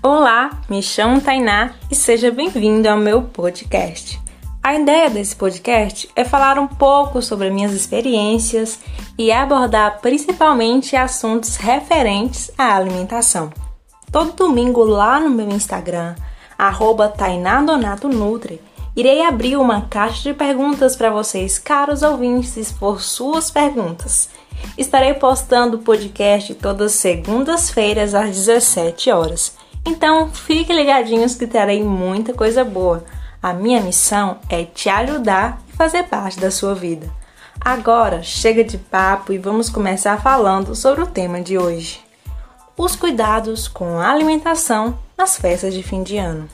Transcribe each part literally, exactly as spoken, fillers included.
Olá, me chamo Tainá e seja bem-vindo ao meu podcast. A ideia desse podcast é falar um pouco sobre minhas experiências e abordar principalmente assuntos referentes à alimentação. Todo domingo lá no meu Instagram, arroba Tainá Donato Nutri, irei abrir uma caixa de perguntas para vocês, caros ouvintes, por suas perguntas. Estarei postando o podcast todas as segundas-feiras às dezessete horas. Então, fiquem ligadinhos que terei muita coisa boa. A minha missão é te ajudar e fazer parte da sua vida. Agora, chega de papo e vamos começar falando sobre o tema de hoje. Os cuidados com a alimentação nas festas de fim de ano.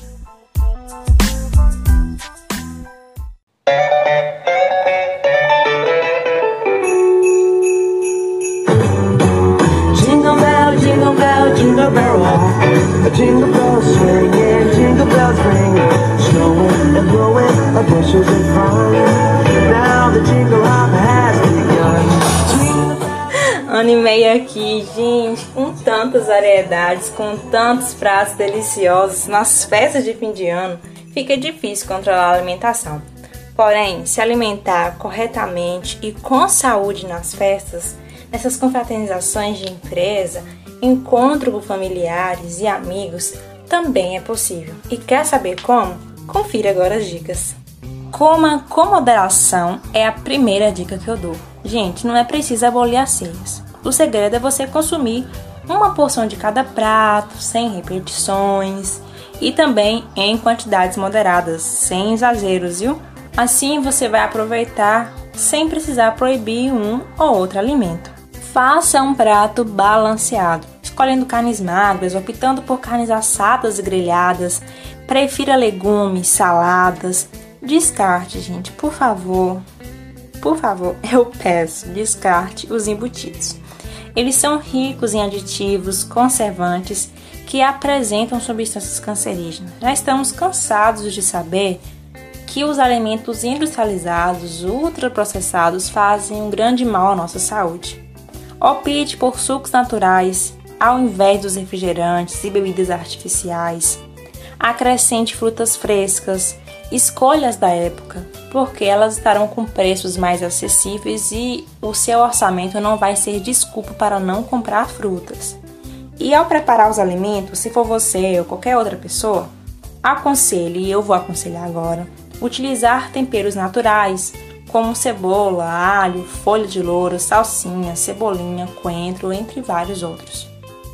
Jingle bell, jingle bell, jingle bell rock. Jingle bells swing and jingle bells ring. Snowing and blowing up bushels of fun. Now the jingle hop has begun. Animei aqui, gente, com tantas variedades, com tantos pratos deliciosos nas festas de fim de ano, fica difícil controlar a alimentação. Porém, se alimentar corretamente e com saúde nas festas, nessas confraternizações de empresa, encontro com familiares e amigos, também é possível. E quer saber como? Confira agora as dicas. Coma com moderação é a primeira dica que eu dou. Gente, não é preciso abolir as ceias. O segredo é você consumir uma porção de cada prato, sem repetições e também em quantidades moderadas, sem exageros, viu? Assim você vai aproveitar sem precisar proibir um ou outro alimento. Faça um prato balanceado, escolhendo carnes magras, optando por carnes assadas e grelhadas. Prefira legumes, saladas. Descarte, gente, por favor. Por favor, eu peço, descarte os embutidos. Eles são ricos em aditivos, conservantes, que apresentam substâncias cancerígenas. Já estamos cansados de saber que os alimentos industrializados, ultraprocessados, fazem um grande mal à nossa saúde. Opte por sucos naturais, ao invés dos refrigerantes e bebidas artificiais. Acrescente frutas frescas, escolhas da época, porque elas estarão com preços mais acessíveis e o seu orçamento não vai ser desculpa para não comprar frutas. E ao preparar os alimentos, se for você ou qualquer outra pessoa, aconselhe, e eu vou aconselhar agora, utilizar temperos naturais, como cebola, alho, folha de louro, salsinha, cebolinha, coentro, entre vários outros.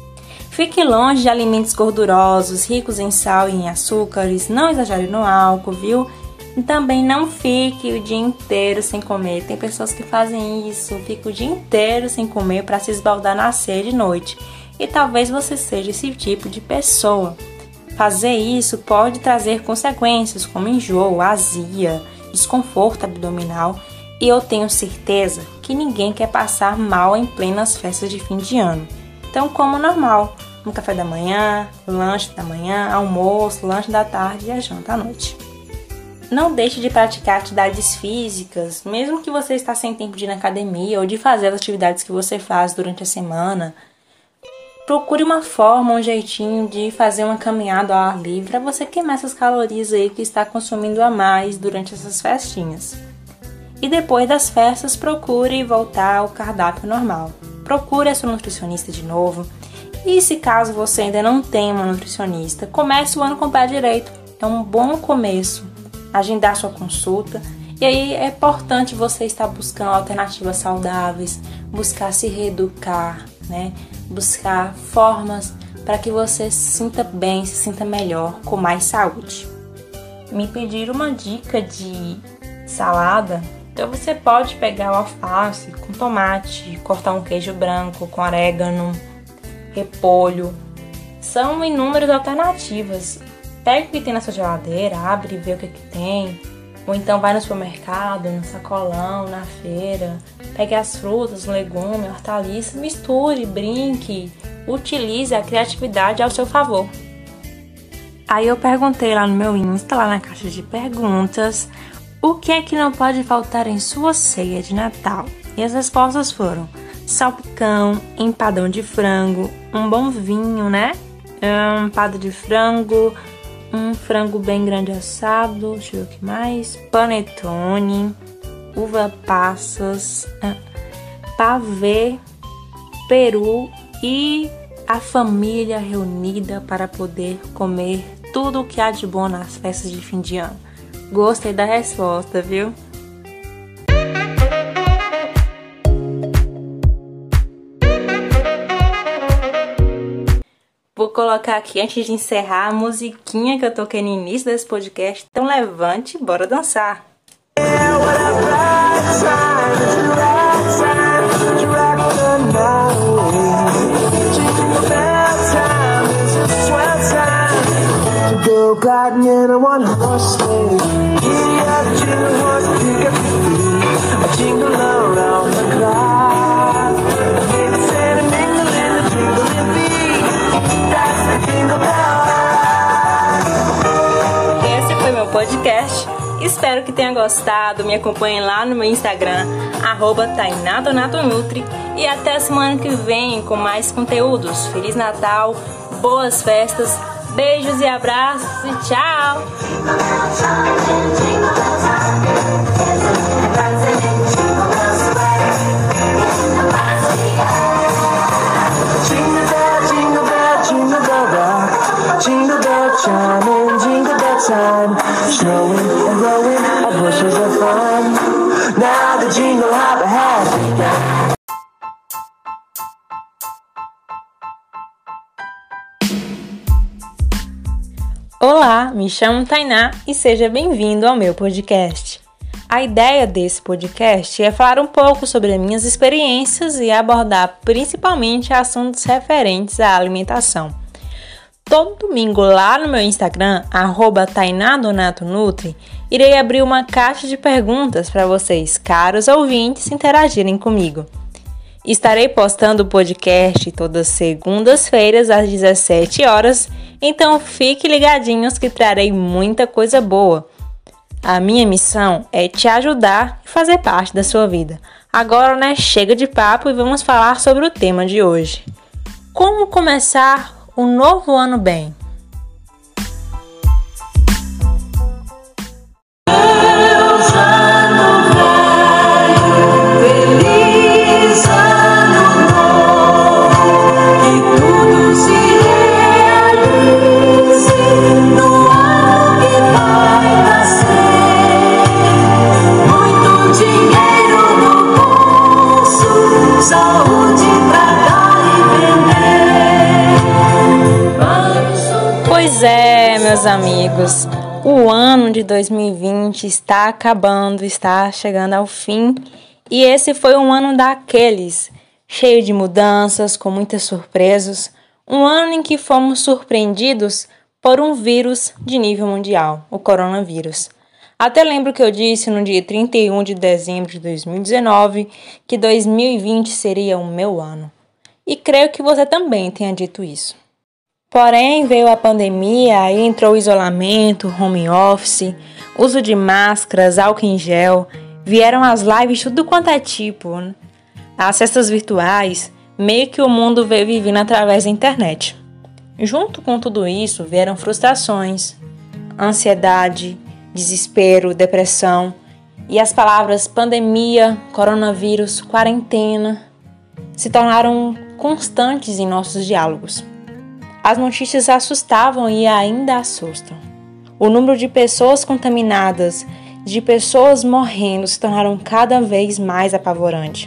Fique longe de alimentos gordurosos, ricos em sal e em açúcares, não exagere no álcool, viu? E também não fique o dia inteiro sem comer. Tem pessoas que fazem isso, ficam o dia inteiro sem comer para se esbaldar na ceia de noite. E talvez você seja esse tipo de pessoa. Fazer isso pode trazer consequências como enjoo, azia, desconforto abdominal, e eu tenho certeza que ninguém quer passar mal em plenas festas de fim de ano. Então, coma normal, no café da manhã, lanche da manhã, almoço, lanche da tarde e a janta à noite. Não deixe de praticar atividades físicas, mesmo que você está sem tempo de ir na academia ou de fazer as atividades que você faz durante a semana. Procure uma forma, um jeitinho de fazer uma caminhada ao ar livre para você queimar essas calorias aí que está consumindo a mais durante essas festinhas. E depois das festas, procure voltar ao cardápio normal. Procure a sua nutricionista de novo. E se caso você ainda não tem uma nutricionista, comece o ano com o pé direito. É um bom começo. Agendar sua consulta. E aí é importante você estar buscando alternativas saudáveis, buscar se reeducar, né? Buscar formas para que você se sinta bem, se sinta melhor, com mais saúde. Me pediram uma dica de salada, então você pode pegar o alface com tomate, cortar um queijo branco com orégano, repolho. São inúmeras alternativas. Pega o que tem na sua geladeira, abre e vê o que, que tem. Ou então vai no supermercado, no sacolão, na feira. Pegue as frutas, legumes, hortaliças, misture, brinque, utilize a criatividade ao seu favor. Aí eu perguntei lá no meu Insta, lá na caixa de perguntas, o que é que não pode faltar em sua ceia de Natal? E as respostas foram salpicão, empadão de frango, um bom vinho, né? um empada de frango, um frango bem grande assado, deixa eu ver o que mais, panetone, uva passas, pavê, peru e a família reunida para poder comer tudo o que há de bom nas festas de fim de ano. Gostei da resposta, viu? Vou colocar aqui, antes de encerrar, a musiquinha que eu toquei no início desse podcast. Então levante e bora dançar! Gliding in a one-horse sleigh, giddy up, jingle horse, pick up your feet, a jingle around the clock. Maybe Santa mingle in the jingling beat. That's the jingle bell rock. Esse foi meu podcast. Espero que tenha gostado. Me acompanhem lá no meu Instagram, arroba Tainá Donato Nutri. E até a semana que vem com mais conteúdos. Feliz Natal, boas festas. Beijos e abraços e tchau! Jingle bell, jingle bell, jingle bell rock. Jingle bell chiming, jingle bell time. Snowing and blowing, our bushes of fun. Now the jingle hop has begun. Olá, me chamo Tainá e seja bem-vindo ao meu podcast. A ideia desse podcast é falar um pouco sobre as minhas experiências e abordar principalmente assuntos referentes à alimentação. Todo domingo lá no meu Instagram, arroba Tainá Donato Nutri, irei abrir uma caixa de perguntas para vocês, caros ouvintes, interagirem comigo. Estarei postando o podcast todas as segundas-feiras às dezessete horas, então fique ligadinhos que trarei muita coisa boa. A minha missão é te ajudar e fazer parte da sua vida. Agora, né, chega de papo e vamos falar sobre o tema de hoje. Como começar o novo ano bem? Pois é, meus amigos, o ano de dois mil e vinte está acabando, está chegando ao fim e esse foi um ano daqueles, cheio de mudanças, com muitas surpresas, um ano em que fomos surpreendidos por um vírus de nível mundial, o coronavírus. Até lembro que eu disse no dia trinta e um de dezembro de dois mil e dezenove que dois mil e vinte seria o meu ano. E creio que você também tenha dito isso. Porém, veio a pandemia, aí entrou o isolamento, home office, uso de máscaras, álcool em gel, vieram as lives, tudo quanto é tipo, né? As festas virtuais, meio que o mundo veio vivendo através da internet. Junto com tudo isso, vieram frustrações, ansiedade, desespero, depressão, e as palavras pandemia, coronavírus, quarentena se tornaram constantes em nossos diálogos. As notícias assustavam e ainda assustam. O número de pessoas contaminadas, de pessoas morrendo, se tornaram cada vez mais apavorante.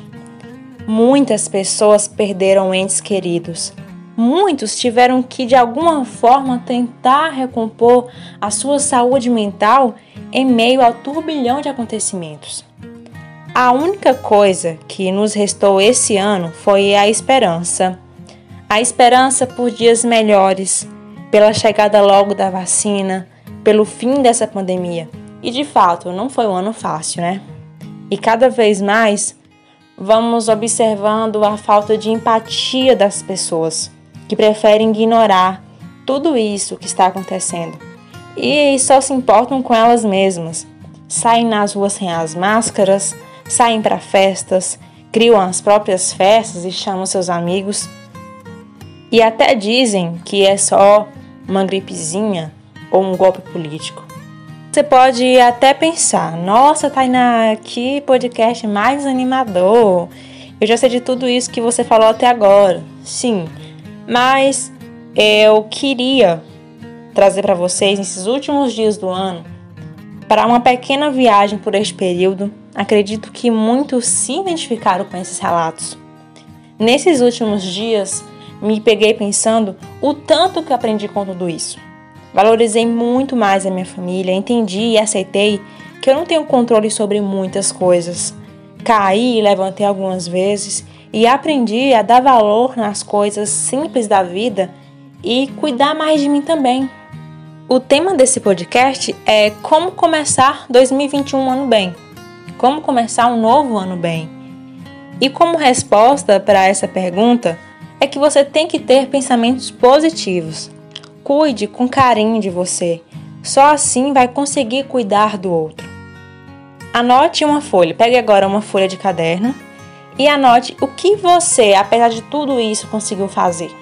Muitas pessoas perderam entes queridos. Muitos tiveram que, de alguma forma, tentar recompor a sua saúde mental em meio ao turbilhão de acontecimentos. A única coisa que nos restou esse ano foi a esperança. A esperança por dias melhores, pela chegada logo da vacina, pelo fim dessa pandemia. E de fato, não foi um ano fácil, né? E cada vez mais vamos observando a falta de empatia das pessoas, que preferem ignorar tudo isso que está acontecendo. E só se importam com elas mesmas. Saem nas ruas sem as máscaras, saem para festas, criam as próprias festas e chamam seus amigos. E até dizem que é só uma gripezinha ou um golpe político. Você pode até pensar, nossa, Tainá, que podcast mais animador. Eu já sei de tudo isso que você falou até agora. Sim, mas eu queria trazer para vocês, nesses últimos dias do ano, para uma pequena viagem por este período. Acredito que muitos se identificaram com esses relatos. Nesses últimos dias, me peguei pensando o tanto que aprendi com tudo isso. Valorizei muito mais a minha família, entendi e aceitei que eu não tenho controle sobre muitas coisas. Caí e levantei algumas vezes e aprendi a dar valor nas coisas simples da vida e cuidar mais de mim também. O tema desse podcast é como começar dois mil e vinte e um ano bem. Como começar um novo ano bem. E como resposta para essa pergunta é que você tem que ter pensamentos positivos. Cuide com carinho de você. Só assim vai conseguir cuidar do outro. Anote uma folha. Pegue agora uma folha de caderno e anote o que você, apesar de tudo isso, conseguiu fazer.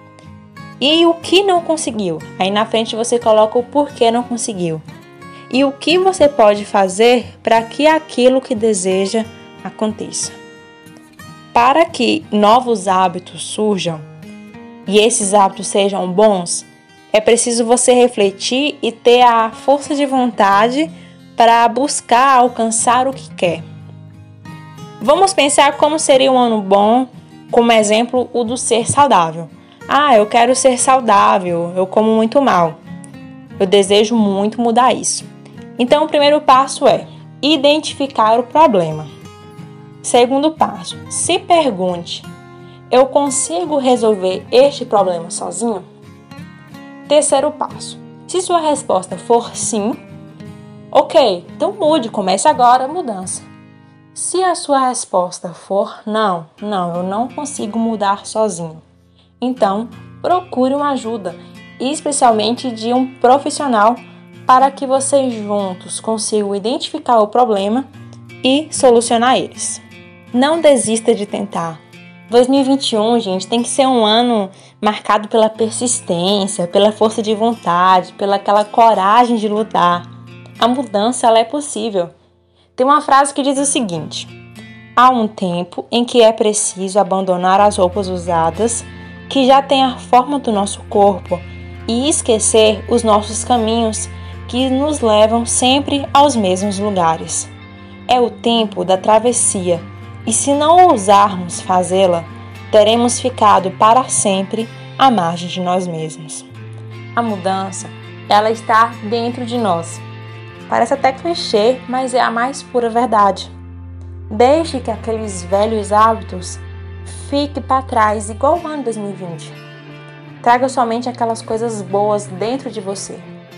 E o que não conseguiu. Aí na frente você coloca o porquê não conseguiu. E o que você pode fazer para que aquilo que deseja aconteça. Para que novos hábitos surjam e esses hábitos sejam bons, é preciso você refletir e ter a força de vontade para buscar alcançar o que quer. Vamos pensar como seria um ano bom, como exemplo o do ser saudável. Ah, eu quero ser saudável, eu como muito mal. Eu desejo muito mudar isso. Então, o primeiro passo é identificar o problema. Segundo passo, se pergunte, eu consigo resolver este problema sozinho? Terceiro passo, se sua resposta for sim, ok, então mude, comece agora a mudança. Se a sua resposta for não, não, eu não consigo mudar sozinho, então procure uma ajuda, especialmente de um profissional, para que vocês juntos consigam identificar o problema e solucionar eles. Não desista de tentar. dois mil e vinte e um, gente, tem que ser um ano marcado pela persistência, pela força de vontade, pela aquela coragem de lutar. A mudança, ela é possível. Tem uma frase que diz o seguinte: há um tempo em que é preciso abandonar as roupas usadas, que já têm a forma do nosso corpo, e esquecer os nossos caminhos, que nos levam sempre aos mesmos lugares. É o tempo da travessia, e se não ousarmos fazê-la, teremos ficado para sempre à margem de nós mesmos. A mudança, ela está dentro de nós. Parece até clichê, mas é a mais pura verdade. Deixe que aqueles velhos hábitos fiquem para trás, igual o ano dois mil e vinte. Traga somente aquelas coisas boas dentro de você.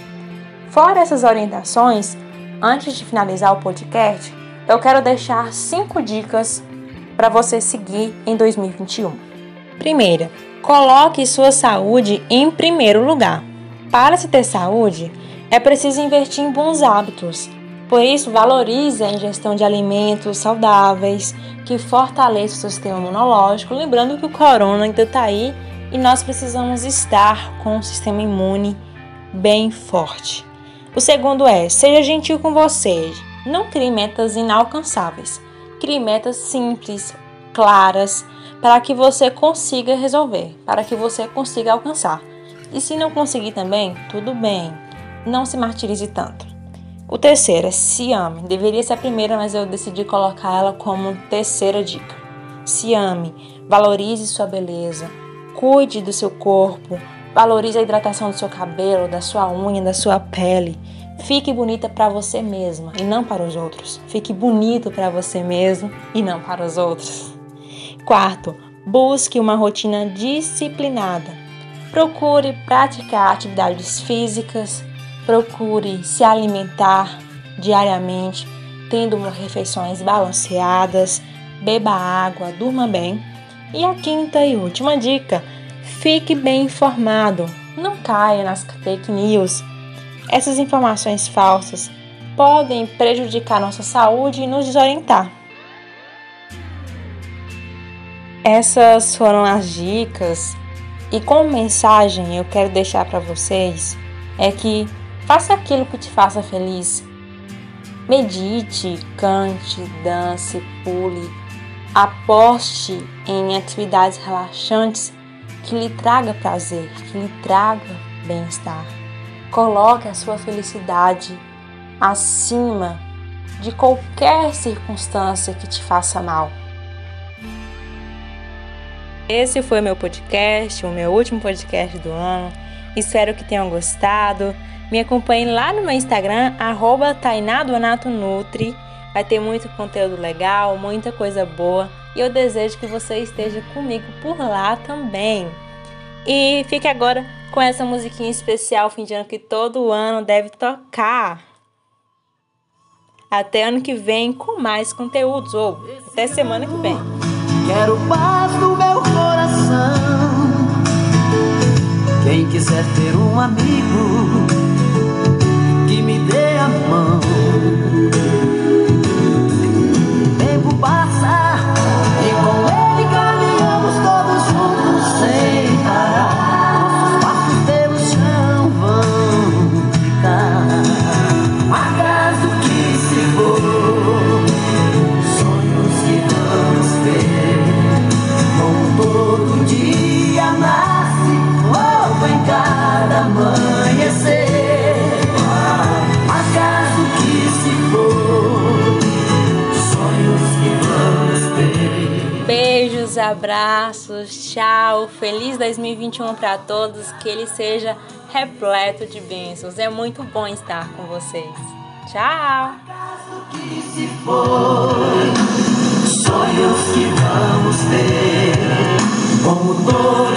Fora essas orientações, antes de finalizar o podcast, eu quero deixar cinco dicas para você seguir em dois mil e vinte e um. Primeira, coloque sua saúde em primeiro lugar. Para se ter saúde, é preciso investir em bons hábitos. Por isso, valorize a ingestão de alimentos saudáveis que fortaleçam o seu sistema imunológico. Lembrando que o corona ainda está aí e nós precisamos estar com o sistema imune bem forte. O segundo é, seja gentil com você. Não crie metas inalcançáveis. Crie metas simples, claras, para que você consiga resolver, para que você consiga alcançar. E se não conseguir também, tudo bem. Não se martirize tanto. O terceiro é se ame. Deveria ser a primeira, mas eu decidi colocar ela como terceira dica. Se ame. Valorize sua beleza. Cuide do seu corpo. Valorize a hidratação do seu cabelo, da sua unha, da sua pele. Fique bonita para você mesma e não para os outros. Fique bonito para você mesmo e não para os outros. Quarto, busque uma rotina disciplinada. Procure praticar atividades físicas. Procure se alimentar diariamente, tendo refeições balanceadas. Beba água, durma bem. E a quinta e última dica, fique bem informado. Não caia nas fake news. Essas informações falsas podem prejudicar nossa saúde e nos desorientar. Essas foram as dicas E como mensagem eu quero deixar para vocês é que faça aquilo que te faça feliz. Medite, cante, dance, pule, aposte em atividades relaxantes que lhe traga prazer, que lhe traga bem-estar. Coloque a sua felicidade acima de qualquer circunstância que te faça mal. Esse foi meu podcast, o meu último podcast do ano. Espero que tenham gostado. Me acompanhem lá no meu Instagram, arroba Tainá Donato Nutri. Vai ter muito conteúdo legal, muita coisa boa. E eu desejo que você esteja comigo por lá também. E fique agora com essa musiquinha especial, fim de ano, que todo ano deve tocar. Até ano que vem com mais conteúdos. Ou até semana que vem. Quero paz no meu coração. Quem quiser ter um amigo que me dê a mão. O tempo passa e com ele caminhamos todos juntos sem parar. Nossos passos pelo chão vão ficar marcas do que se for, sonhos que vamos ter. Como todo dia nasce novo em cada amanhecer. Beijos, abraços, tchau, feliz dois mil e vinte e um para todos, que ele seja repleto de bênçãos. É muito bom estar com vocês. Tchau. Sonhos que vamos ter, como todos